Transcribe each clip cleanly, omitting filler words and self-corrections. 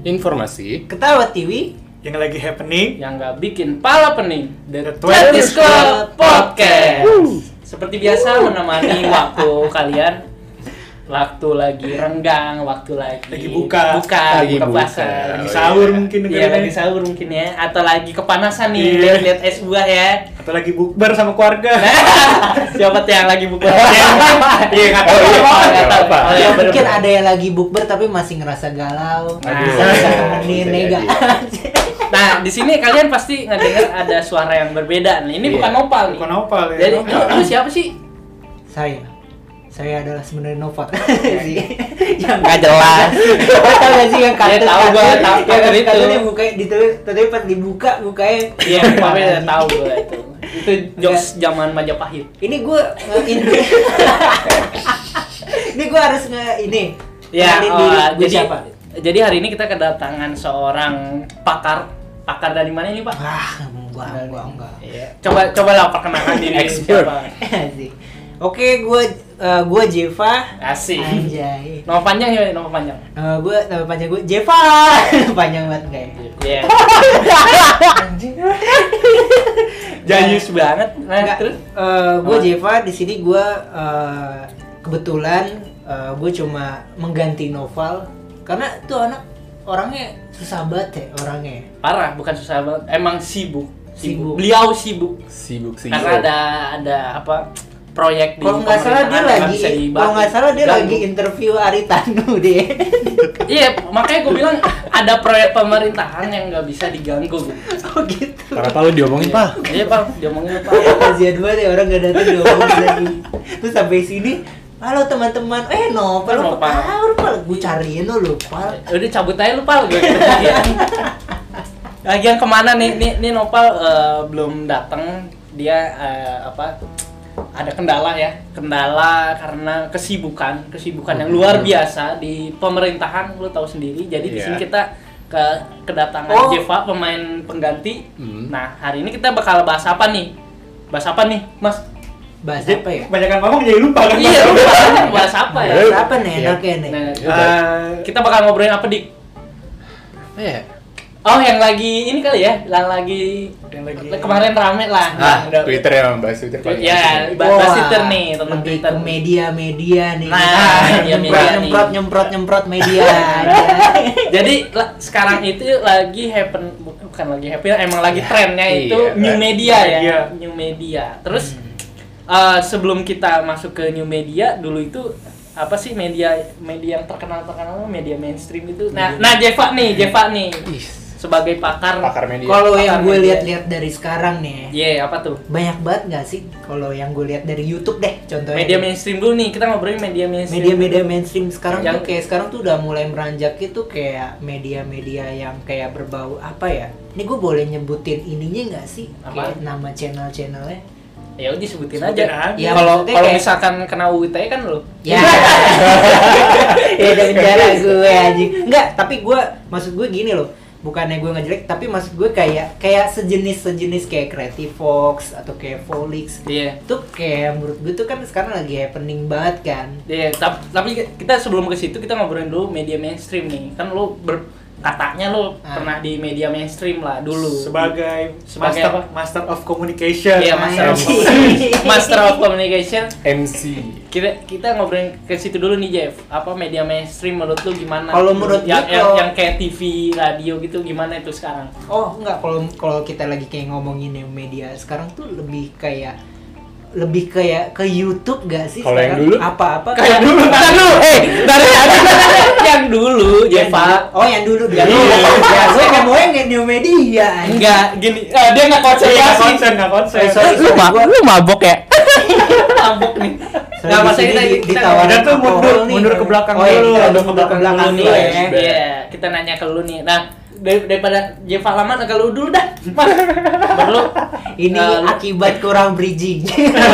Informasi Ketawa TV yang lagi happening, yang nggak bikin pala pening. The Twenties Club Podcast. Seperti biasa menemani waktu kalian, waktu lagi renggang, waktu lagi buka puasa, lagi sahur mungkin Iya, lagi sahur mungkin ya, atau lagi kepanasan nih, lihat-lihat es buah ya, atau lagi bukber sama keluarga. siapa tuh yang lagi bukber? Iya, nggak tahu. Mungkin ada yang lagi bukber tapi masih ngerasa galau. Ini nega. Nah, di sini kalian pasti ngedenger ada suara yang berbeda nih. Ini bukan Nopal nih. Bukan Nopal ya. Jadi, lu siapa sih? Saya adalah sebenarnya Novat sih. Yang Nggak jelas. Tahu gak sih yang kartun? Ya, tahu gua, tahu itu. Kartunnya buka ditulis, tapi pas dibuka bukanya. Iya, tapi udah tahu gua itu. Itu jokes zaman Majapahit. Ini gue ini gue harus ini. Ya, jadi siapa? Jadi hari ini kita kedatangan seorang pakar dari mana ini, Pak? Enggak. Iya. Coba lah perkenalkan diri Expert. siapa. Oke, gue Jeva. Asik. Anjay. Nama panjang ya, nama panjang. Nama panjang gue Jeva. Panjang banget kayak. Iya. Jayus banget. Nah, terus gue Jeva, di sini gue kebetulan gue cuma mengganti Noval karena tuh anak orangnya susah banget ya orangnya. parah, bukan susah banget. Emang sibuk. Sibuk. Beliau sibuk. Karena ada apa? Proyek di Kalau nggak salah dia lagi interview Ari Tanu deh. Iya, makanya gue bilang ada proyek pemerintahan yang nggak bisa diganggu. Oh gitu. Karena Pak lu diomongin Pak. Iya Pak, diomongin Pak. Kasian banget ya orang nggak datang diomongin lagi. Terus sampai sini, halo teman-teman, Nopal lu Pal, gue cariin lu Pal. Udah cabut aja lu Pal, gue Lagian kemana nih Nopal belum datang. Dia ada kendala karena kesibukan yang luar biasa di pemerintahan, lu tahu sendiri. Jadi di sini kita kedatangan Jeva, pemain pengganti. Nah, hari ini kita bakal bahas apa nih, Mas? Bahas apa ya? Kebanyakan ngomong jadi lupa kan? Iya, lu bahas apa ya? Bahas apa nih enaknya nih? Nah, kita bakal ngobrolin apa, Dik? Iya. Oh, yang lagi ini kali ya, yang lagi kemarin rame lah. Twitter ya, bahas Twitter paling. Ya, bahas Twitter nih, tentang Lebih Twitter. ke media nih. Nah, media nih. Nyemprot media. Jadi sekarang itu lagi bukan lagi happen, emang lagi trennya itu new media ya. New media. Terus sebelum kita masuk ke new media, dulu itu apa sih media yang terkenal media mainstream itu. Nah Jeva nih. Sebagai pakar media. Kalau yang gue lihat-lihat dari sekarang nih. Iya, apa tuh? Banyak banget nggak sih? Kalau yang gue lihat dari YouTube deh, contohnya. Media mainstream dulu nih, kita ngobrolin media mainstream. Media mainstream sekarang tuh kayak sekarang tuh udah mulai meranjak itu kayak media-media yang kayak berbau apa ya? Ini gue boleh nyebutin ininya nggak sih? Apa? Kayak nama channel-channelnya. Ya udah sebutin aja. Ya, Kalau kayak... misalkan kena UU ITE kan lo. Ya. Ya dari penjara gue anjing. Enggak, tapi maksud gue gini loh. Bukannya gue ngejelek, tapi maksud gue kayak sejenis kayak Creative Fox atau kayak Volix. Iya. Tuh kayak menurut gue tuh kan sekarang lagi happening banget kan. Iya, tapi kita sebelum ke situ kita ngobrolin dulu media mainstream nih. Kan lu katanya lu pernah di media mainstream lah dulu. Sebagai master of communication. Iya, master of communication. MC. Kita ngobrolin ke situ dulu nih, Jeff. Apa media mainstream menurut lu gimana? Kalau menurut yang kayak TV, radio gitu gimana itu sekarang? Oh, enggak, kalau kita lagi kayak ngomongin media sekarang tuh lebih kayak ke YouTube gak sih? Kalau yang dulu? Apa-apa? Kayak dulu. Yang dulu, Jeva. Oh, yang dulu. Ya, gue ngomongin new media. Enggak, gini. Dia enggak konsen. Lu mabok ya? Mabok nih. Enggak masalah kita tuh mundur ke belakang dulu. Mundur ke belakang nih. Iya, kita nanya ke lu nih. Nah, daripada Jeva lama ke lu dulu dah. Perlu ini akibat kurang bridging.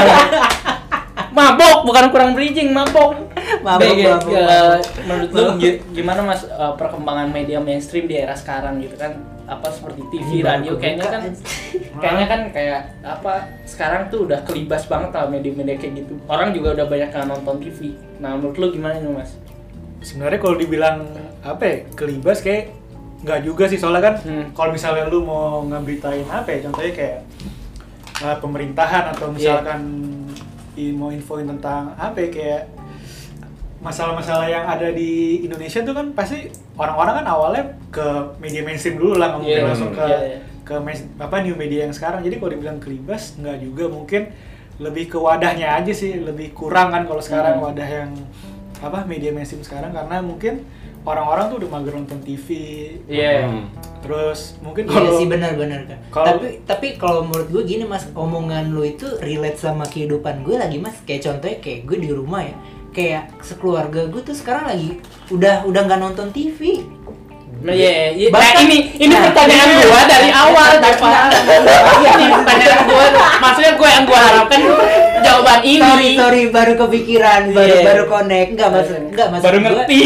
Mabok, bukan kurang bridging, mabok. Menurut lu gimana Mas perkembangan media mainstream di era sekarang gitu kan? Apa seperti TV, radio kayaknya kan kayak apa sekarang tuh udah kelibas banget kalau media-media kayak gitu. Orang juga udah banyak yang nonton TV. Nah, menurut lu gimana nih, Mas? Sebenarnya kalau dibilang kelibas kayak nggak juga sih, soalnya kan Hmm. kalau misalnya lu mau ngeberitain apa ya, contohnya kayak pemerintahan atau misalkan mau infoin tentang apa ya, kayak masalah-masalah yang ada di Indonesia tuh kan pasti orang-orang kan awalnya ke media mainstream dulu lah, nggak mungkin Iya, langsung ke iya. new media yang sekarang. Jadi kalau dibilang kelibas nggak juga, mungkin lebih ke wadahnya aja sih, lebih kurang kan kalau sekarang wadah yang media mainstream sekarang, karena mungkin orang-orang tuh udah mager nonton TV. Iya. Terus mungkin Iya kalau sih, benar-benar kan. kalau- Tapi kalau menurut gue gini Mas, omongan lu itu relate sama kehidupan gue lagi Mas. Kayak contohnya kayak gue di rumah ya, kayak sekeluarga gue tuh sekarang lagi udah nggak nonton TV. Nah, iya. Bahkan- Ini Nah, pertanyaan iya. gua dari awal, Iya, Pak. Ini pertanyaan gua. Maksudnya yang gua harapkan jawaban ini. Sorry, baru kepikiran, Iya. baru connect. Enggak maksud Baru ngerti.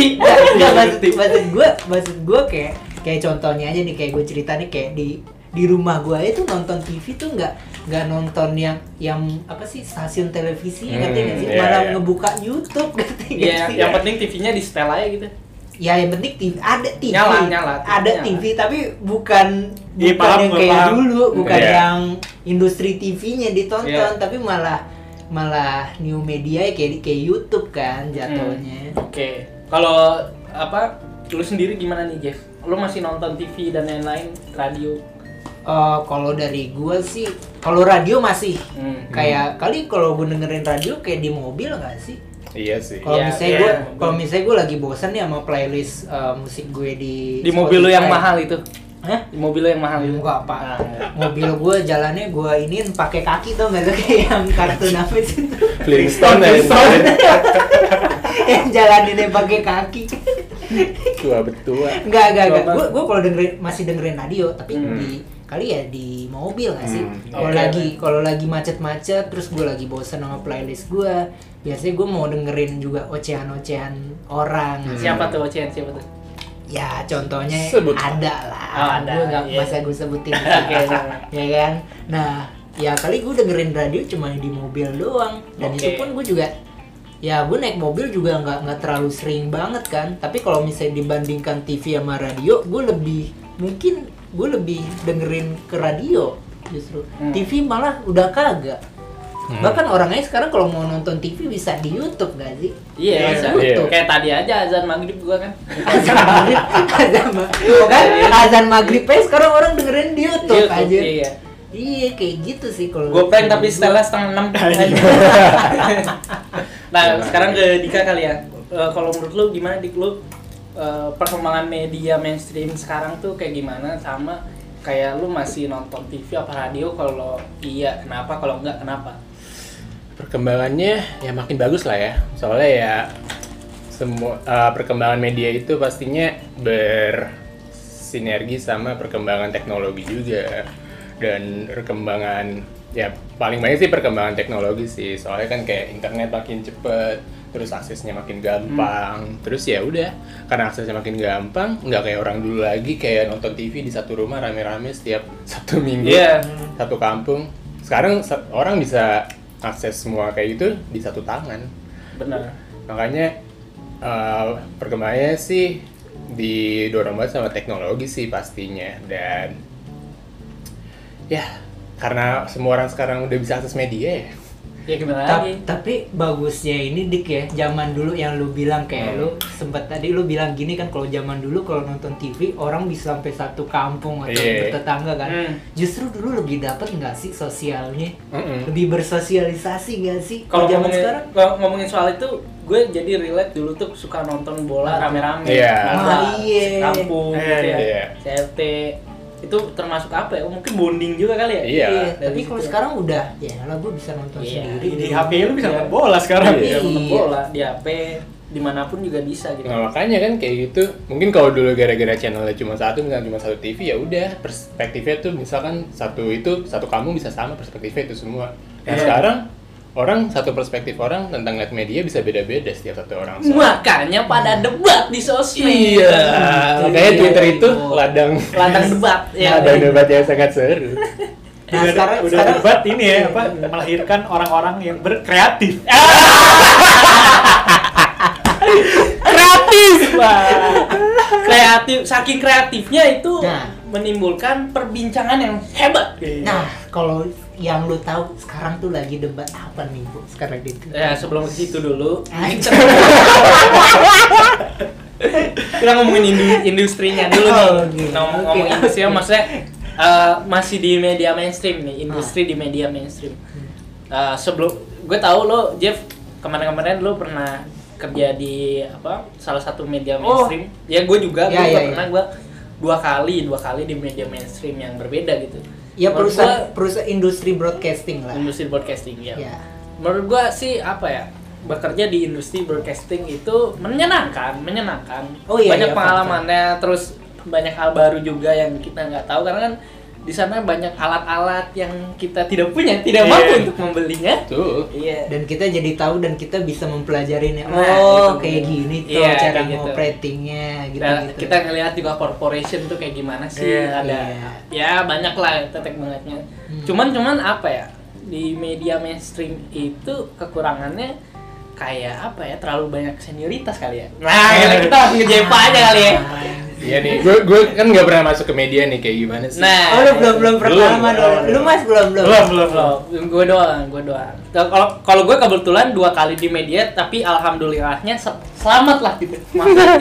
Maksud gue kayak contohnya aja nih, kayak gue cerita nih, kayak di rumah gue itu nonton TV tuh nggak nonton yang apa sih, stasiun televisi, ngerti nggak sih? Iya, Malah iya. ngebuka YouTube, ngerti nggak Iya, sih? yang penting TV-nya di setel aja gitu. Ya yang penting TV, ada TV, Nyala, ada nyala. TV, tapi bukan Iya, paham, yang kayak paham. dulu, bukan Iya. yang industri TV-nya ditonton, Iya. tapi malah new media kayak YouTube kan jatuhnya. Oke. Kalau lu sendiri gimana nih, Jeff? Lu masih nonton TV dan lain-lain, radio? Kalau dari gua sih, kalau radio masih Hmm. kayak kali kalau gue dengerin radio kayak di mobil nggak sih? Iya sih. Kalau Iya, misalnya iya. gue lagi bosan nih sama playlist musik gue di Di mobil lu yang Spotify. mahal itu. Hah? Di mobil lu yang mahal itu. Enggak, Pak. Ah, enggak. Mobil gue jalannya gue iniin pakai kaki tuh, nggak tuh kayak yang kartun apa sih itu? Flintstone ya. Yang jalaninnya pakai kaki. Tua betua. Enggak. Coba. Gue kalau masih dengerin radio, tapi Hmm. kali ya di mobil nggak sih? Hmm, Kalau lagi macet-macet, terus gue lagi bosan sama playlist gue, biasanya gue mau dengerin juga ocehan-ocehan orang. Siapa tuh ocehan, siapa tuh? Ya contohnya Sebut. ada lah. Oh, ada, Gue nggak iya. masa gue sebutin gitu, ya kan. Nah ya kali gue dengerin radio cuma di mobil doang, dan Oke. itu pun gue juga ya gue naik mobil juga nggak terlalu sering banget kan. Tapi kalau misalnya dibandingkan TV sama radio, gue lebih dengerin ke radio justru. TV malah udah kagak. Bahkan orangnya sekarang kalau mau nonton TV bisa di YouTube gak sih? Iya, Iya, bisa. iya. Kayak tadi aja azan maghrib gua kan. Azan maghrib aja sekarang orang dengerin di YouTube aja. Iya. Iya kayak gitu sih kalau. Gue prank tapi setelah 5:30. Nah, sekarang ke Dika kali ya. Kalau menurut lu gimana, Dik? Lu perkembangan media mainstream sekarang tuh kayak gimana, sama kayak lu masih nonton TV apa radio? Kalau iya kenapa, kalau enggak kenapa? Perkembangannya ya makin bagus lah ya. Soalnya ya semua perkembangan media itu pastinya bersinergi sama perkembangan teknologi juga. Dan perkembangan ya paling banyak sih perkembangan teknologi sih. Soalnya kan kayak internet makin cepet, terus aksesnya makin gampang. Terus ya udah, karena aksesnya makin gampang, nggak kayak orang dulu lagi kayak nonton TV di satu rumah rame-rame setiap Sabtu Minggu, Iya. satu kampung. Sekarang orang bisa akses semua kayak gitu di satu tangan. Benar. Makanya perkembangannya sih didorong banget sama teknologi sih pastinya. Dan ya karena semua orang sekarang udah bisa akses media ya. Ya gimana lagi? Tapi bagusnya ini Dik ya, zaman dulu yang lu bilang kayak lu sempet tadi lu bilang gini kan, kalau zaman dulu kalau nonton TV orang bisa sampai satu kampung atau Iya. bertetangga kan. Justru dulu lebih dapet nggak sih sosialnya? Lebih bersosialisasi nggak sih? Kalau zaman ngomongin, sekarang? kalau ngomongin soal itu, gue jadi relate dulu tuh suka nonton bola rame-rame. Iya. Bola, Iya. kampung, gitu ya. Iya. CFT. Itu termasuk apa ya? Mungkin bonding juga kali ya? Iya. Tapi Dari kalau situ. sekarang udah, ya lah gue bisa nonton Iya. sendiri. di HP lu bisa nonton bola sekarang. Iya. Nonton Iya. bola di HP dimanapun juga bisa gitu. Nah makanya kan kayak gitu. Mungkin kalau dulu gara-gara channelnya cuma satu, misalnya cuma satu TV, ya udah perspektifnya tuh misalkan satu kampung bisa sama perspektifnya itu semua. Nah Iya. sekarang orang satu perspektif orang tentang lihat media bisa beda-beda setiap satu orang. Makanya pada debat di sosmed. Iya, makanya Twitter itu ladang Ladang debat ya. ladang debat yang sangat seru. Nah, sekarang debat ini ya, melahirkan orang-orang yang berkreatif. Kreatif, Pak. Kreatif saking kreatifnya itu Nah. menimbulkan perbincangan yang hebat. Nah, kalau yang lu tahu sekarang tuh lagi debat apa nih, Bu? Sekarang itu. Ya sebelum ke situ dulu, Anjir. kita ngomongin industrinya dulu nih. Oh, gitu. Ngomong Oke. industrinya maksudnya masih di media mainstream nih, industri di media mainstream. Sebelum gue tahu lo Jeff kemarin-kemarin lo pernah kerja di salah satu media mainstream. Ya gue juga, pernah gue dua kali di media mainstream yang berbeda gitu. Ya perusahaan industri broadcasting lah. Industri broadcasting ya. Ya. Menurut gue sih bekerja di industri broadcasting itu menyenangkan. Oh, iya, banyak iya, pengalamannya, terus banyak hal baru juga yang kita nggak tahu karena kan di sana banyak alat-alat yang kita tidak punya, tidak mampu untuk membelinya. Tuh. Iya. Dan kita jadi tahu dan kita bisa mempelajarinya. Nah, Oh, gitu. kayak gini tuh Iya, cara kayak gitu. ngoperatingnya gitu. Dan kita ngelihat juga corporation tuh kayak gimana sih, Iya, ada iya. ya banyak lah tetek bangetnya. Cuman di media mainstream itu kekurangannya kayak terlalu banyak senioritas kali ya. Nah, kita harus ngejepa aja kali ya. Iya nih, gue kan nggak pernah masuk ke media nih, kayak gimana sih? Nah, Oh, lu belum pengalaman dulu. Lu Mas belum. Gue doang. Kalau gue kebetulan 2 kali di media, tapi alhamdulillahnya selamat lah gitu. Maksudnya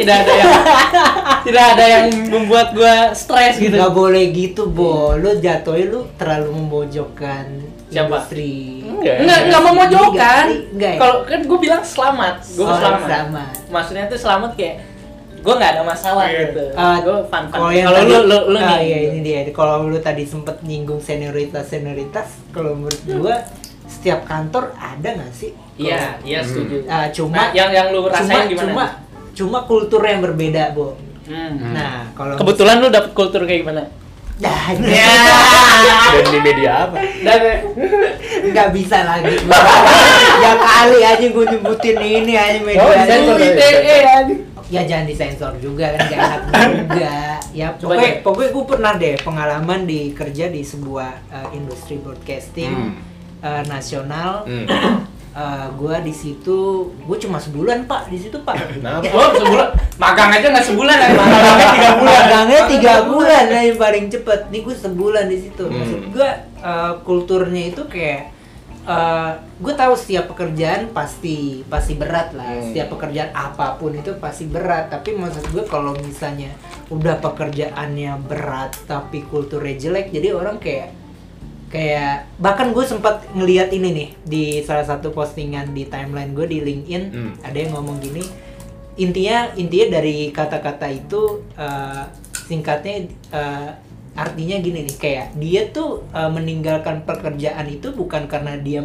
tidak ada yang membuat gue stres gitu. Gak boleh gitu, Bo. Lu jatuhnya lu terlalu memojokkan Siapa? industri. Enggak memojokkan. Enggak ya? Kalau kan gue bilang selamat. Gue selamat. Selamat. Maksudnya tuh selamat kayak gue nggak ada masalah gitu. Gue fun. Kalau yang Kalau tadi- lu nih. Iya, ini dia. Kalau lu tadi sempet nyinggung senioritas, kalau menurut gua setiap kantor ada nggak sih? Iya, setuju. Cuma Nah, yang lu rasain gimana? Cuma kultur yang berbeda, Bo. Hmm. Nah, kalau Kebetulan lu dapet kultur kayak gimana? Dah, Dan di media apa? nggak bisa lagi. Ya kali aja gue nyebutin ini aja media. Oh, disensor ya? Ya jangan disensor juga kan, gak enak juga. Ya pokoknya gue pernah deh pengalaman kerja di sebuah industri broadcasting nasional. Gue di situ, gue cuma sebulan Pak di situ Pak. Kenapa? Oh, sebulan. Magang aja nggak sebulan ya. Magangnya 3 bulan. Magangnya 3 bulan lah yang paling cepet. Nih gue sebulan di situ. Maksud gue kulturnya itu kayak gue tahu setiap pekerjaan pasti berat lah. Setiap pekerjaan apapun itu pasti berat. Tapi maksud gue kalau misalnya udah pekerjaannya berat tapi kulturnya jelek, jadi orang kayak bahkan gue sempat ngelihat ini nih di salah satu postingan di timeline gue di LinkedIn, ada yang ngomong gini, intinya dari kata-kata itu singkatnya artinya gini nih, kayak dia tuh meninggalkan pekerjaan itu bukan karena dia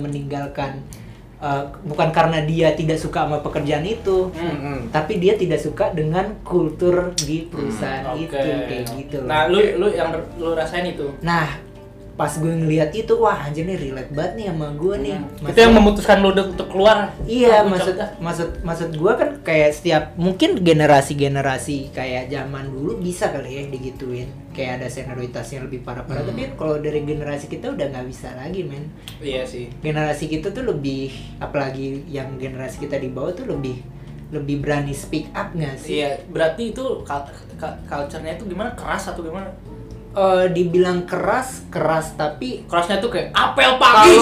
bukan karena dia tidak suka sama pekerjaan itu, tapi dia tidak suka dengan kultur di perusahaan itu, kayak gitu. Nah, lu yang lu rasain itu. Nah, pas gue ngeliat itu, wah anjir nih relate banget nih sama gue nih. Itu yang memutuskan lu untuk keluar. Iya, maksud gue kan kayak setiap mungkin generasi kayak zaman dulu bisa kali ya digituin, kayak ada senioritasnya lebih parah-parah. Tapi kan kalau dari generasi kita udah nggak bisa lagi, men. Iya sih. Generasi kita tuh lebih, apalagi yang generasi kita di bawah tuh lebih berani speak up nggak sih? Iya, berarti itu culture-nya itu gimana, keras atau gimana? Dibilang keras tapi Kerasnya tuh kayak apel pagi.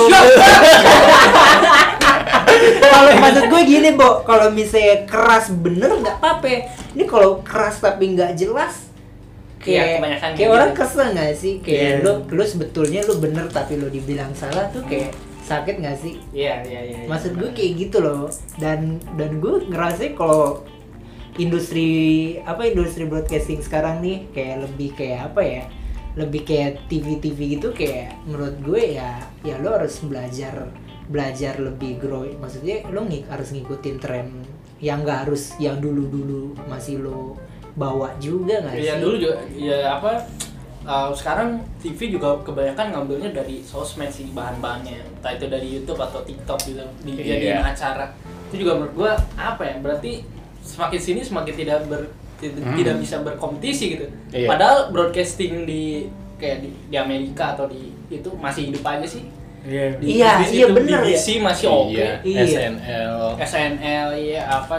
kalau maksud gue gini, Bo, kalau misalnya keras bener nggak apa-apa. Ini kalau keras tapi nggak jelas, Iya, kayak kebanyakan kayak gitu. orang kesel nggak sih? Kayak lu sebetulnya lu bener tapi lu dibilang salah tuh kayak sakit nggak sih? Iya. Maksud gue kayak gitu loh. Dan gue ngerasa kalau industri broadcasting sekarang nih kayak lebih kayak apa ya? Lebih kayak TV gitu, kayak menurut gue ya lo harus belajar lebih grow. Maksudnya lo harus ngikutin tren yang nggak harus yang dulu masih lo bawa juga nggak sih? Iya, dulu juga ya sekarang TV juga kebanyakan ngambilnya dari sosmed sih bahan-bahannya, entah itu dari YouTube atau TikTok gitu, dijadiin acara. Itu juga menurut gua berarti semakin sini semakin tidak bisa berkompetisi gitu. Iya. Padahal broadcasting di Amerika atau di itu masih hidup aja sih. Iya. Iya, bener ya. BBC masih oke. Iya. SNL. SNL ya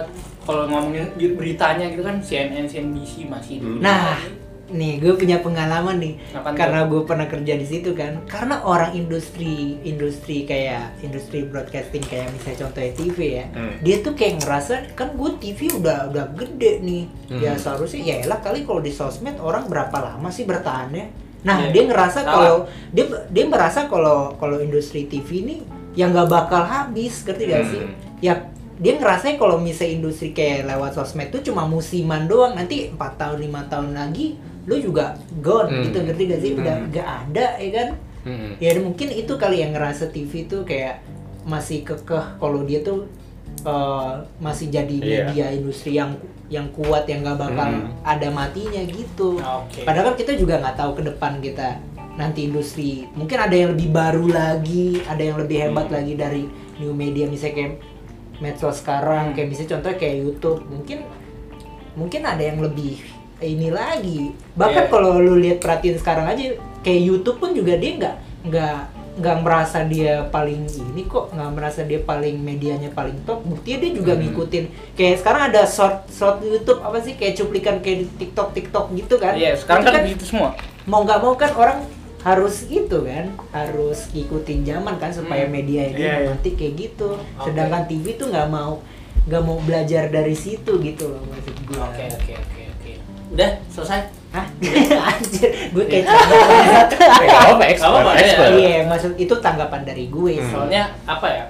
kalau ngomongin beritanya gitu kan CNN, CNBC masih dulu. Nah, nih gue punya pengalaman nih, Apaan karena gue pernah kerja di situ kan. Karena orang industri kayak industri broadcasting kayak misalnya contohnya TV ya, dia tuh kayak ngerasa kan gue TV udah gede nih, ya seharusnya ya elah kali kalau di sosmed orang berapa lama sih bertahannya. Nah, dia ngerasa kalau dia merasa kalau industri TV ini yang nggak bakal habis, ngerti gak sih? Ya dia ngerasa kalau misalnya industri kayak lewat sosmed tuh cuma musiman doang, nanti 4 tahun 5 tahun lagi lu juga gone gitu, ngerti gak sih? Udah gak ada ya kan? Ya mungkin itu kali yang ngerasa TV tuh kayak masih kekeh kalau dia tuh masih jadi media industri yang kuat, yang gak bakal ada matinya gitu. Padahal kan kita juga nggak tahu ke depan kita nanti industri mungkin ada yang lebih baru lagi, ada yang lebih hebat lagi dari new media, misalnya kayak medsos sekarang, kayak misalnya contohnya kayak YouTube, mungkin ada yang lebih ini lagi. Bahkan kalau lu lihat perhatiin sekarang aja kayak YouTube pun juga dia nggak merasa dia paling ini kok, nggak merasa dia paling medianya paling top. Buktinya dia juga ngikutin kayak sekarang ada short YouTube apa sih, kayak cuplikan kayak di TikTok gitu kan. Iya, sekarang kan gitu semua. Mau nggak mau kan orang harus itu kan, harus ngikutin zaman kan supaya media ini nanti kayak gitu. Sedangkan TV tuh nggak mau belajar dari situ gitu loh maksud gue. Oke. Udah selesai. Hah? Anjir, gue kayak expert. Iya, maksud itu tanggapan dari gue. Soalnya apa ya?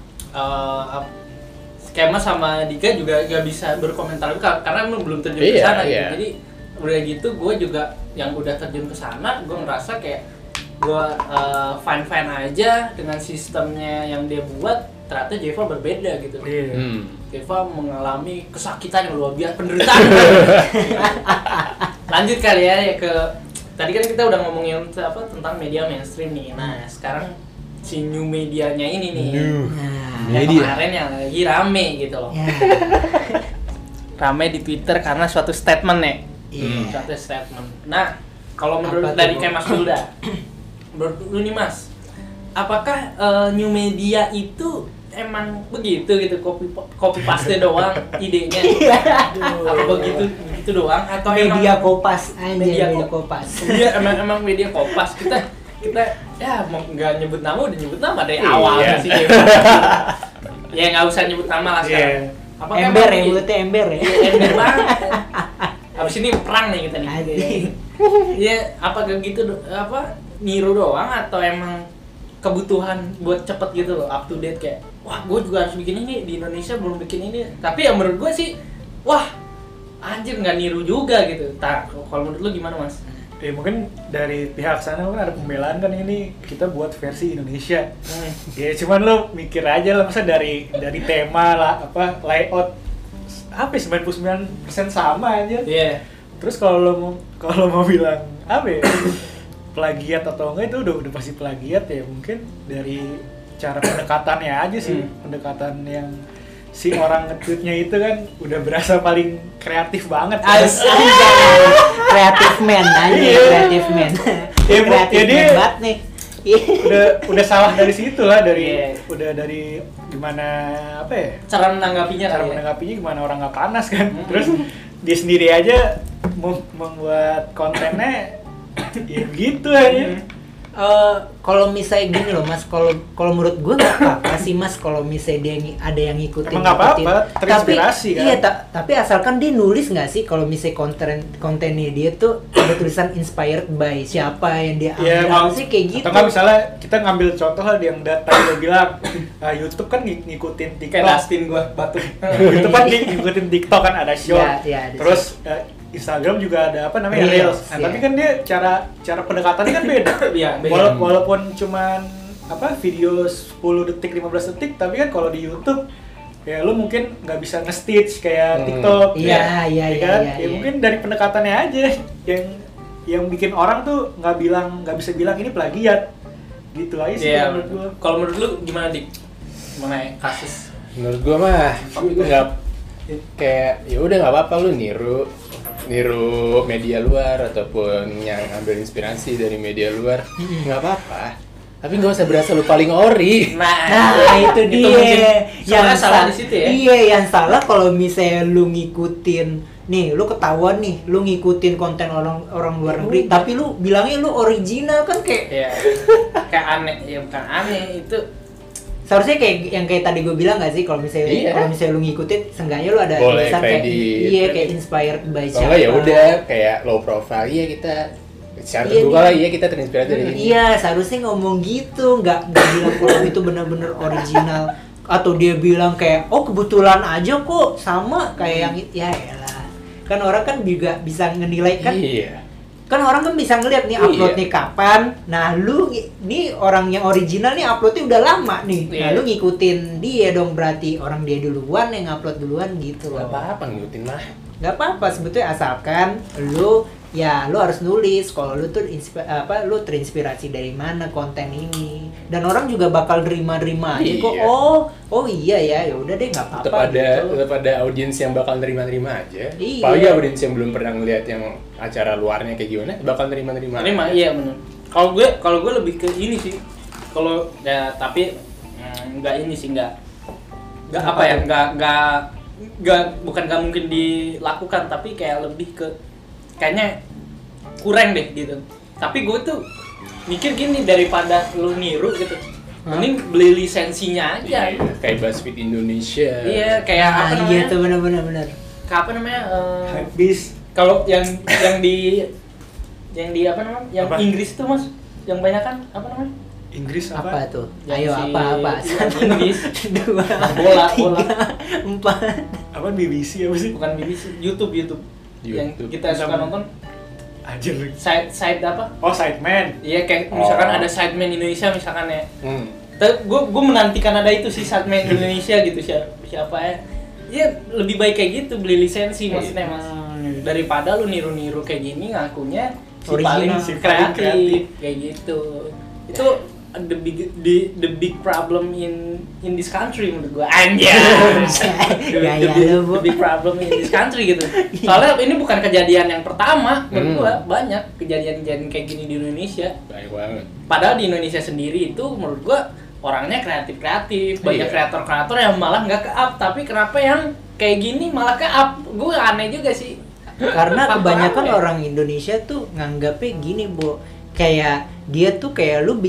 Skema sama Dika juga gak bisa berkomentar karena belum terjun ke sana gitu. Jadi udah gitu gue juga yang udah terjun ke sana, gue ngerasa kayak gue fine aja dengan sistemnya yang dia buat. Ternyata Jeva berbeda gitu. Jeva mengalami kesakitan yang luar biasa, penderitaan. Lanjut kali ya ke tadi kan kita udah ngomongin tentang media mainstream nih. Nah, sekarang si new medianya ini nih. Media. Kemarin yang lagi rame gitu loh. Rame di Twitter karena suatu statement ya. Suatu statement. Nah, kalau menurut dari kayak Mas Dulda, menurut lu nih Mas, apakah new media itu emang begitu gitu, copy paste doang idenya? Apa begitu doang atau media emang kopas aja, media kopas. Iya, emang media kopas. Kita ya mau nggak nyebut nama udah nyebut nama dari awal sih. Ya nggak usah nyebut nama lah sekarang. Apakah ember ya, mulutnya ember ya. Ember banget. Abis ini perang nih kita nih. Iya, apa gitu niru doang atau emang kebutuhan buat cepet gitu loh, up to date kayak wah gue juga harus bikin ini, di Indonesia belum bikin ini. Tapi ya menurut gue sih wah anjir nggak niru juga gitu. Kalau menurut lu gimana Mas? Mungkin dari pihak sana kan ada pembelaan kan ini kita buat versi Indonesia. Ya cuman lo mikir aja lah, masa dari tema lah layout 99% sama aja. Terus kalau mau bilang plagiat atau enggak, itu udah pasti plagiat ya. Mungkin dari cara pendekatannya aja sih, pendekatan yang si orang nge-tweetnya itu kan udah berasa paling kreatif banget. Kreatif man aja, kreatif man. Jadi banget nih. udah salah dari situ lah, udah dari gimana cara menanggapinya gimana orang nggak panas kan. Terus dia sendiri aja membuat kontennya ya gitu aja. Kalau misalnya gini loh Mas, kalau menurut gue nggak apa-apa sih Mas kalau misalnya dia ada yang ngikutin. Emang nggak apa-apa, terinspirasi kan. Iya, tapi asalkan dia nulis nggak sih kalau misalnya kontennya dia tuh ada tulisan inspired by siapa yang dia ambil sih kayak gitu. Atau nggak misalnya kita ngambil contoh lah yang tadi lo bilang YouTube kan ngikutin TikTok. Kayak Dustin gue batuk. YouTube kan ngikutin TikTok kan ada short. Terus Instagram juga ada Reels. Tapi kan dia cara pendekatannya kan beda. Walaupun cuman video 10 detik 15 detik, tapi kan kalau di YouTube ya lu mungkin nggak bisa nge-stitch kayak TikTok. Iya. Mungkin dari pendekatannya aja yang bikin orang tuh nggak bisa bilang ini plagiat. Gitu aja sih menurut gua. Kalau menurut lu gimana Dik? Mengenai kasus? Menurut gua mah nggak kayak ya udah nggak apa-apa lu niru media luar ataupun yang ambil inspirasi dari media luar, nggak apa-apa. Tapi nggak usah berasa lu paling ori. Nah, itu dia. mungkin Yang soalnya salah di situ ya. Iya, yang salah kalau misalnya lu ngikutin nih, lu ketahuan nih, lu ngikutin konten orang luar negeri, tapi lu bilangnya lu original kan kayak Iya. Kayak aneh, ya bukan aneh itu. seharusnya kayak yang kayak tadi gue bilang gak sih, kalau misalnya Iya. lu ngikutin, seenggaknya lu ada Boleh tulisan kayak kredit. iya kayak inspired by Kalau siapa. nggak ya udah kayak low profile. Iya kita secara Iya, terbuka nih. lah. Iya kita terinspirasi dari ini. Iya, seharusnya ngomong gitu, nggak bilang kalau itu benar-benar original, atau dia bilang kayak oh kebetulan aja kok sama kayak yang ya elah. Kan orang kan juga bisa ngenilai kan. Iya. Kan orang kan bisa ngeliat nih Iya. uploadnya kapan. Nah, lu nih orang yang original nih uploadnya udah lama nih. Nah, Iya. lu ngikutin dia dong, berarti orang dia duluan yang upload duluan gitu Gak loh. apa-apa ngikutin mah. Gak apa-apa sebetulnya, asalkan lu harus nulis kalau lu tuh lu terinspirasi dari mana konten ini, dan orang juga bakal nerima-nerima aja kok. Iya. Oh iya ya udah deh, nggak Tetap apa-apa ada gitu. tetap ada audiens yang bakal nerima-nerima aja. Iya. Apalagi audiens yang belum pernah ngeliat yang acara luarnya kayak gimana, bakal nerima-nerima. Terima, aja. iya benar. Kalau gue lebih ke ini sih. Kalau ya tapi nggak ini sih, nggak apa ya, nggak bukan nggak mungkin dilakukan, tapi kayak lebih ke kayaknya kurang deh gitu. Tapi gue tuh mikir gini, daripada lu niru gitu, mending beli lisensinya aja. Iya, kayak BuzzFeed Indonesia. Iya, kayak apa Nah, namanya? iya tuh benar-benar. Kayak apa namanya? Bis. Kalau yang di apa namanya? Yang Apa? Inggris tuh Mas, yang banyak kan apa namanya? Inggris Apa apa? tuh? Yang Ayo si- apa? yang 1, Inggris. 2, Bola. 3, 4. Apa BBC apa sih? Bukan BBC, YouTube. Yang YouTube. kita suka nonton Anjir. side apa? Oh, Sideman. Iya, kayak misalkan Oh. ada Sidemen Indonesia misalkan ya. Hmm. Gue menantikan ada itu sih Sidemen Indonesia gitu, siapa ya. Iya, lebih baik kayak gitu, beli lisensi maksudnya Mas. Daripada lu niru-niru kayak gini ngakunya si Original, paling si paling kreatif kreatif. kayak gitu. Itu the big problem in this country menurut gua. Anjay. Gaya lu, Bu. The big problem in this country gitu. Soalnya ini bukan kejadian yang pertama menurut gua, banyak kejadian-kejadian kayak gini di Indonesia. Banyak banget. Padahal di Indonesia sendiri itu menurut gua orangnya kreatif, banyak Iya. kreator-kreator yang malah nggak ke-up, tapi kenapa yang kayak gini malah ke-up? Gua aneh juga sih. Karena Faktor kebanyakan apa ya? orang Indonesia tuh nganggapnya gini, Bu. Kayak dia tuh kayak lu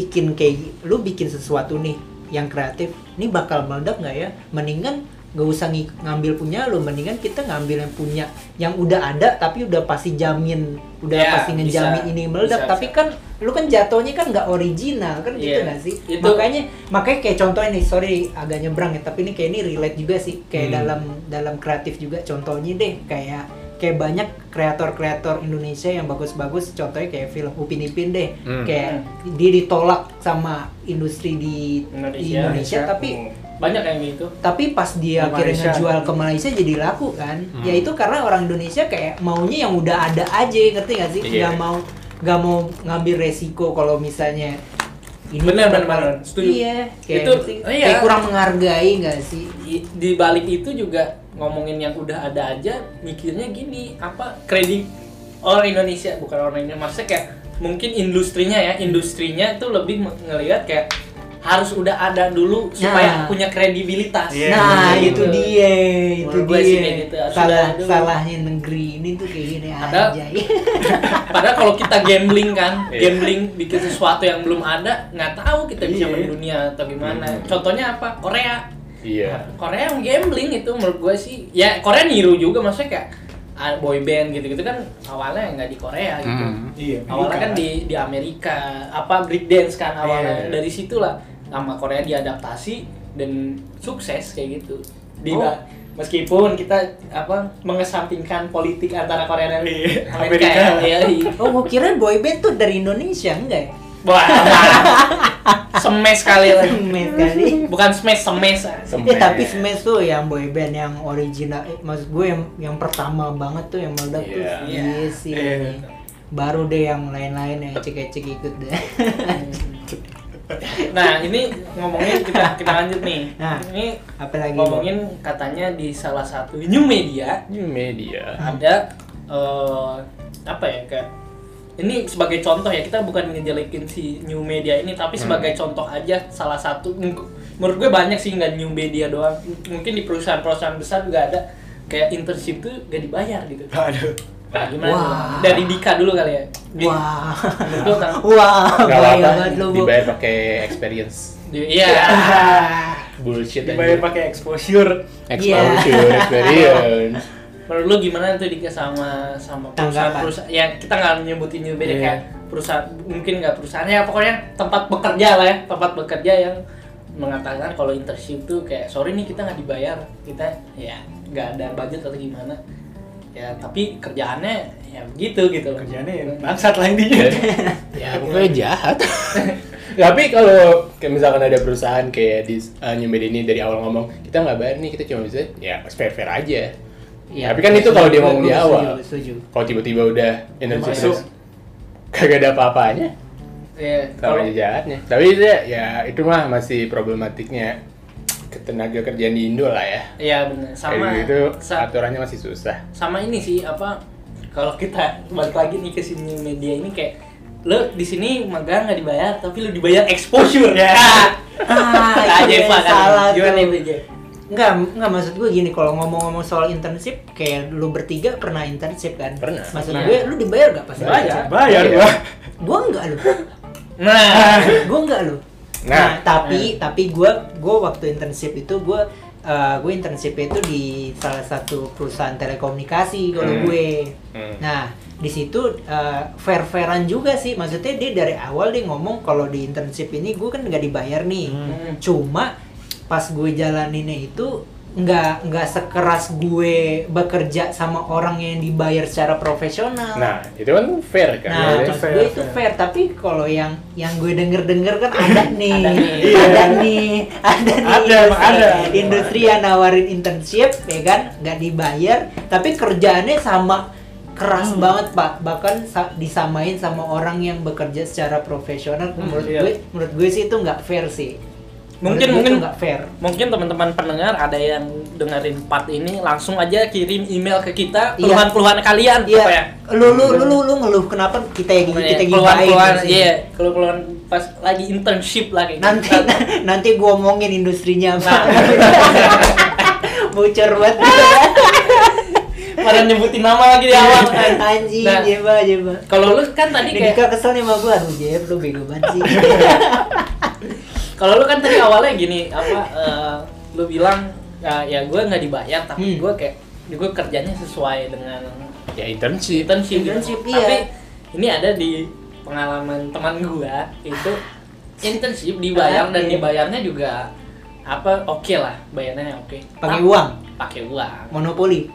bikin sesuatu nih yang kreatif, ini bakal meledak nggak ya? Mendingan nggak usah ngambil punya lu, mendingan kita ngambil yang punya yang udah ada tapi udah pasti jamin, udah Ya, pasti ngejamin bisa, ini meledak. bisa, Tapi kan lu kan jatuhnya kan nggak original kan, gitu Iya, nggak sih? itu- Makanya kayak contohnya nih, sorry agak nyebrang ya, tapi ini kayak ini relate juga sih, kayak dalam kreatif juga. Contohnya deh kayak banyak kreator Indonesia yang bagus-bagus, contohnya kayak film Upin Ipin deh. Kayak dia ditolak sama industri di Indonesia, tapi banyak yang gitu. tapi pas dia Ke akhirnya Malaysia. ngejual ke Malaysia jadi laku kan. Ya itu karena orang Indonesia kayak maunya yang udah ada aja, ngerti gak sih? Iya. Gak mau ngambil resiko kalau misalnya ini Bener, bakal- bener, setuju. Iya, kayak Itu, ngerti? iya. Kayak kurang menghargai gak sih? Di balik itu juga ngomongin yang udah ada aja, mikirnya gini, apa kredit orang Indonesia, bukan orang Indonesia, maksudnya kayak mungkin industrinya itu lebih ngelihat kayak harus udah ada dulu supaya Nah. punya kredibilitas. Iya, Nah, bener. itu dia, itu Menurut gue sih dia. kayak gitu, harus udah dulu. Salahnya negeri ini tuh kayak gini Ada- aja. Padahal kalau kita gambling kan, Iya. gambling bikin sesuatu yang belum ada, nggak tahu kita bisa Iya. mendunia atau gimana. Contohnya apa? Korea. Iya. Korea yang gambling itu menurut gue sih, ya Korea niru juga, maksudnya kayak boy band gitu-gitu kan awalnya nggak di Korea gitu. Iya. Awalnya kan di Amerika, apa breakdance kan awalnya. Iya. Dari situlah sama Korea diadaptasi dan sukses kayak gitu. Oh. Meskipun kita mengesampingkan politik antara Korea dan Iya, Amerika. Amerika. Ya, iya. Oh, gua kira boyband tuh dari Indonesia, enggak ya? Wah, semes kali lah. Smash kali. Bukan smash, semes. Tapi Smash tuh yang boyband yang original, maksud gue yang pertama banget tuh yang meledak tuh. Iya. Iya sih. Iya. Baru deh yang lain-lain yang ecek-ecek ikut deh. Nah, ini ngomongin kita lanjut nih. Nah, Ini apalagi ngomongin katanya di salah satu new media New media. ada apa ya, kayak ini sebagai contoh ya, kita bukan ngejelekin si new media ini, tapi sebagai contoh aja salah satu. Menurut gue banyak sih, nggak new media doang, mungkin di perusahaan-perusahaan besar juga ada kayak internship tuh gak dibayar gitu. Aduh. Nah, gimana? Wah. Dari Dika dulu kali ya. Wah. Menurut lo, Tang? Wah, Gak bahaya apa-apa, banget lu, Bu. dibayar pakai experience. Iya. Bullshit Dibayar pakai exposure. Exposure, experience. Menurut lu gimana tuh Dika sama perusahaan-perusahaan yang kita nggak nyebutin new media, kayak perusahaan, mungkin nggak perusahaan ya, pokoknya tempat bekerja lah ya, tempat bekerja yang mengatakan kalau internship tuh kayak sorry nih kita nggak dibayar, kita ya nggak ada budget atau gimana ya, tapi kerjaannya ya begitu gitu loh. Kerjaannya ya bangsat lah intinya. Ya pokoknya jahat. Tapi kalau kayak misalkan ada perusahaan kayak di New Media ini dari awal ngomong kita nggak bayar nih, kita cuma bisa ya fair aja. Iya, Tapi kan itu kalau dia ngomong di Gua awal. setuju. Kalau tiba-tiba udah internship Masuk. terus kagak ada apa-apanya, Ya, sama aja jahatnya. Tapi itu ya itu mah masih problematiknya ketenaga kerjaan di Indo lah ya. iya benar, sama Kayak gitu sa- aturannya masih susah. sama ini sih apa, kalau kita balik lagi nih ke sini media ini, kayak lo di sini magang nggak dibayar tapi lo dibayar exposure ya. Ah, itu Aja yang Pak, salah gimana tuh. itu Jay? Enggak, maksud gue gini, kalau ngomong-ngomong soal internship, kayak lu bertiga pernah internship kan? Pernah. Maksud Iya. gue, lu dibayar gak pas Bayar. Bayar Iya. gua. Gue enggak lu. Nah, Gue enggak lu. Nah. tapi gue waktu internship itu gue internship itu di salah satu perusahaan telekomunikasi kalau gue. Nah, di situ fair-fairan juga sih. Maksudnya dia dari awal dia ngomong kalau di internship ini gue kan nggak dibayar nih. Cuma pas gue jalaninnya itu nggak sekeras gue bekerja sama orang yang dibayar secara profesional. Nah, itu kan fair kan. Nah, ya, maksud fair, gue itu fair. fair, tapi kalau yang gue denger kan ada nih, Ada ada nih nih. Emang ada. industri yang nawarin internship, ya kan, nggak dibayar, tapi kerjaannya sama keras banget Pak, bahkan disamain sama orang yang bekerja secara profesional. Menurut gue sih itu nggak fair sih. Mungkin Menurut gue itu nggak fair. mungkin teman-teman pendengar ada yang dengerin part ini, langsung aja kirim email ke kita Iya. keluhan-keluhan kalian apa ya. Iya, lu ngeluh kenapa kita gibain keluhan-keluhan, sih? iya, keluhan pas lagi internship lagi. Nanti gua omongin industrinya apa. Nah. Bocor banget. Pada nyebutin nama lagi di awal. Anjing, Nah, jeba. kalau lu kan tadi Ini kayak Dika kesel nih sama gua, aduh Jeb, lu bego banget sih. kalau lu kan tadi awalnya gini apa, lu bilang ya gue nggak dibayar tapi gue kerjanya sesuai dengan ya internship. internship, Internship, gitu. iya. Tapi ini ada di pengalaman teman gua itu internship dibayar dan dibayarnya juga apa oke lah, bayarnya oke. Pakai uang, Pakai uang. monopoli.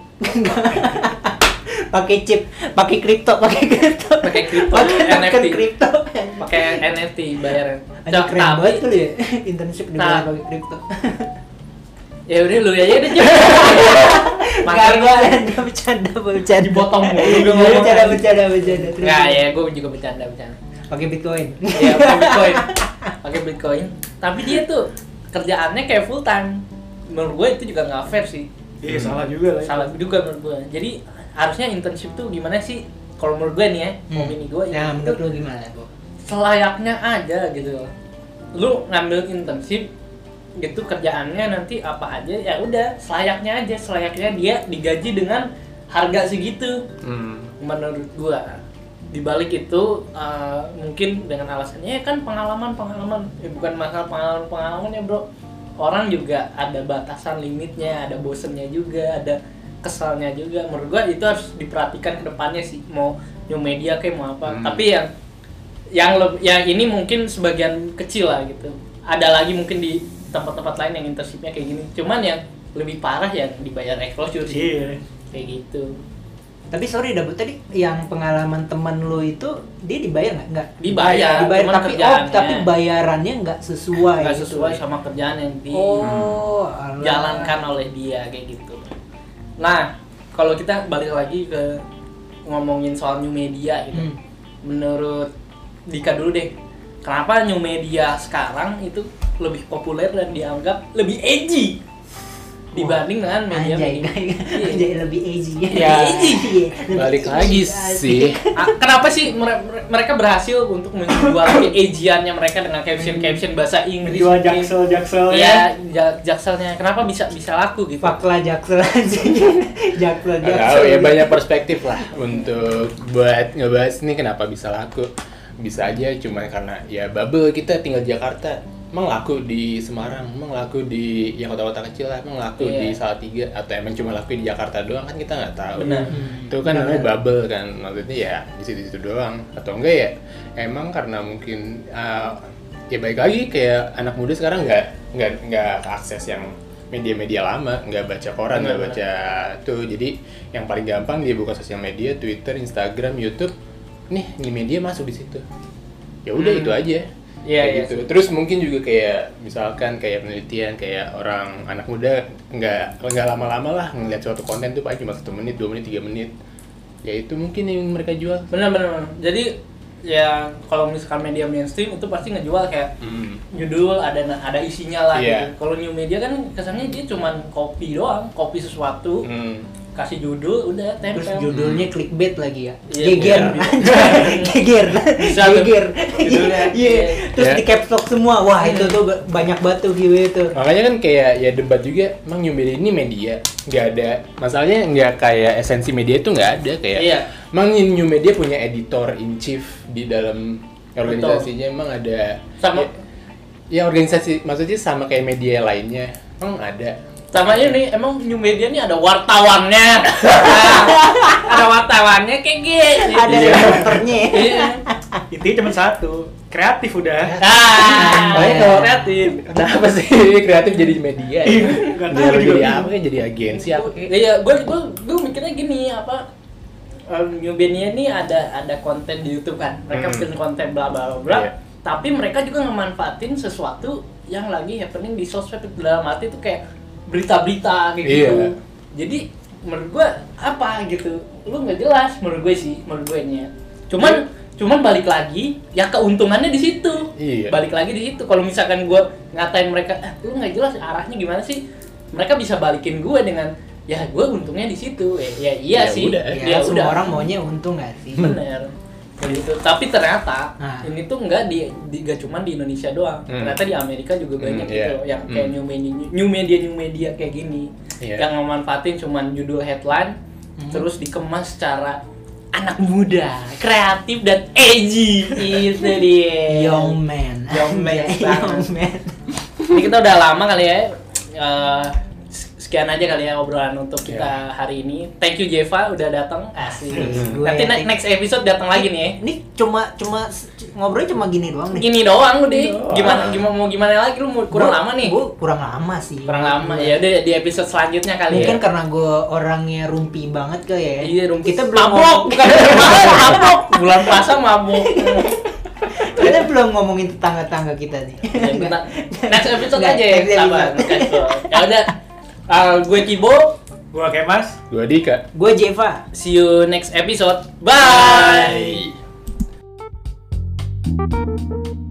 Pakai chip, pakai kripto. Pakai kripto, Pakai NFT. token kripto. Pakai NFT bayarnya. Anjing keren Tapi- banget lu ya, internship dibayar Nah. pakai kripto. Ya udah lu aja deh. Enggak, Makanya bercanda. dipotong mulu Iya, gua ngomong. bercanda. Terus. Enggak ya, gue juga bercanda. Pakai Bitcoin. Iya, pakai Bitcoin. Pakai Bitcoin. Tapi dia tuh kerjaannya kayak full time. Menurut gue itu juga nggak fair sih. Iya, salah juga lah. Salah juga menurut gue. Jadi harusnya internship tuh gimana sih? Kalau menurut gue nih ya, opini gue Nah, itu menurut lu gimana, Bu? selayaknya aja gitu. Lu ngambil internship gitu, kerjaannya nanti apa aja ya udah selayaknya aja, selayaknya dia digaji dengan harga segitu. Menurut gua di balik itu mungkin dengan alasannya ya kan pengalaman bukan masalah pengalaman ya bro, orang juga ada batasan limitnya, ada bosennya juga, ada kesalnya juga. Menurut gua itu harus diperhatikan ke depannya sih, mau new media kayak mau apa. Tapi yang ini mungkin sebagian kecil lah gitu, ada lagi mungkin di tempat-tempat lain yang internshipnya kayak gini, cuman yang lebih parah yang dibayar exposure sih. Iya. Kayak gitu. Tapi sorry Dabu, tadi yang pengalaman teman lu itu dia dibayar nggak? Dibayar, cuman tapi kerjaannya. tapi bayarannya nggak sesuai. Nggak gitu. sesuai sama kerjaan yang alah. dijalankan oleh dia kayak gitu. Nah, kalau kita balik lagi ke ngomongin soal new media gitu, menurut Dika dulu deh, kenapa new media sekarang itu lebih populer dan dianggap lebih edgy dibanding dengan media Anjay lebih edgy. Ya. Lebih Balik edgy. lagi Asik. sih. Kenapa sih mereka berhasil untuk menjual keejiannya mereka dengan caption bahasa Inggris? Menjual jaksel Iya, ya. jakselnya. Kenapa bisa laku gitu? Fakla Jaksel aja. Jaksel. Tahu ya, banyak perspektif lah untuk buat ngebahas nih kenapa bisa laku. Bisa aja cuma karena ya bubble kita tinggal di Jakarta. Emang laku di Semarang, emang laku di ya kota-kota kecil lah, emang laku di Salatiga atau emang cuma laku di Jakarta doang kan kita nggak tahu. Benar. Itu kan namanya bubble kan, maksudnya ya di situ-situ doang atau enggak ya emang karena mungkin ya baik lagi kayak anak muda sekarang nggak akses yang media-media lama, nggak baca koran, nggak baca tuh, jadi yang paling gampang dia buka sosial media, Twitter, Instagram, YouTube, nih media masuk di situ, ya udah itu aja. Iya, Gitu. Terus mungkin juga kayak misalkan kayak penelitian kayak orang anak muda nggak lama-lama lah ngeliat suatu konten tuh paling cuma 1 menit, 2 menit, 3 menit. Ya itu mungkin yang mereka jual. Benar. Jadi ya kalau misalkan media mainstream itu pasti ngejual kayak judul ada isinya lah Iya. gitu. Kalau new media kan kesannya dia cuman copy doang, copy sesuatu, kasih judul udah tempel. Terus judulnya clickbait lagi ya. Iya, Geger. Geger. Bisa tuh. Geger. Judulnya. Iya. Terus Ya. di caps lock semua. Wah, itu tuh banyak banget tuh view itu. Makanya kan kayak ya debat juga, emang new media ini media nggak ada masalahnya, nggak kayak esensi media itu nggak ada kayak. Iya. Emang new media punya editor in chief di dalam organisasinya, emang ada. Sama- ya organisasi maksudnya sama kayak media lainnya, emang ada. Sama ini emang new media nih ada wartawannya. Ada wartawannya kayak gitu. Ada Iya. reporternya. Iya. Intinya cuma satu, kreatif udah. Makanya kalau kreatif. Kenapa sih kreatif jadi media? Nggak tahu Jadi juga. apa kayak jadi agensi apa kayak? Iya, gue mikirnya gini apa new media ini ada konten di YouTube kan. Mereka bikin konten bla bla bla. Iya. Tapi mereka juga ngemanfaatin sesuatu yang lagi happening di sosmed, dalam arti itu kayak berita-berita kayak gitu. Iya. Jadi menurut gue apa gitu, lu nggak jelas menurut gue sih, menurut gue nya. Cuman balik lagi ya keuntungannya di situ. Iya. Balik lagi di situ. Kalau misalkan gue ngatain mereka, lu nggak jelas arahnya gimana sih? Mereka bisa balikin gue dengan ya gue untungnya di situ. Ya iya Ya sih. udah. Ya, semua orang maunya untung gak sih? Bener. Gitu. Tapi ternyata Nah. ini tuh nggak nggak cuma di Indonesia doang. Ternyata di Amerika juga banyak gitu iya. yang kayak new media kayak gini. Iya. Yang memanfaatin cuman judul headline terus dikemas secara anak muda, kreatif dan edgy. Itu dia. Young man. Young man Young banget. man. Ini kita udah lama kali ya. Sekian aja kali ya obrolan untuk kita hari ini. Thank you Jeva udah datang. Asik. Gue Nanti ya, next episode datang lagi nih ya. Ini cuma ngobrolnya cuma gini doang nih. Gini doang udah. Gimana lagi lu mau kurang lama nih? Gue kurang lama sih. Kurang lama ya udah di episode selanjutnya kali Mungkin ya. karena gue orangnya rumpi banget kali ya. Iya, Kita belum mabok, bukan mabok. Bulan puasa mabok. kita belum ngomongin tetangga-tangga kita nih. Ya, bentar. Next episode Nggak, aja ya, next sabar. Ya udah. Gue Kibo, Gua Kemas. Gua Dika. Gue Jeva. see you next episode. Bye. Bye.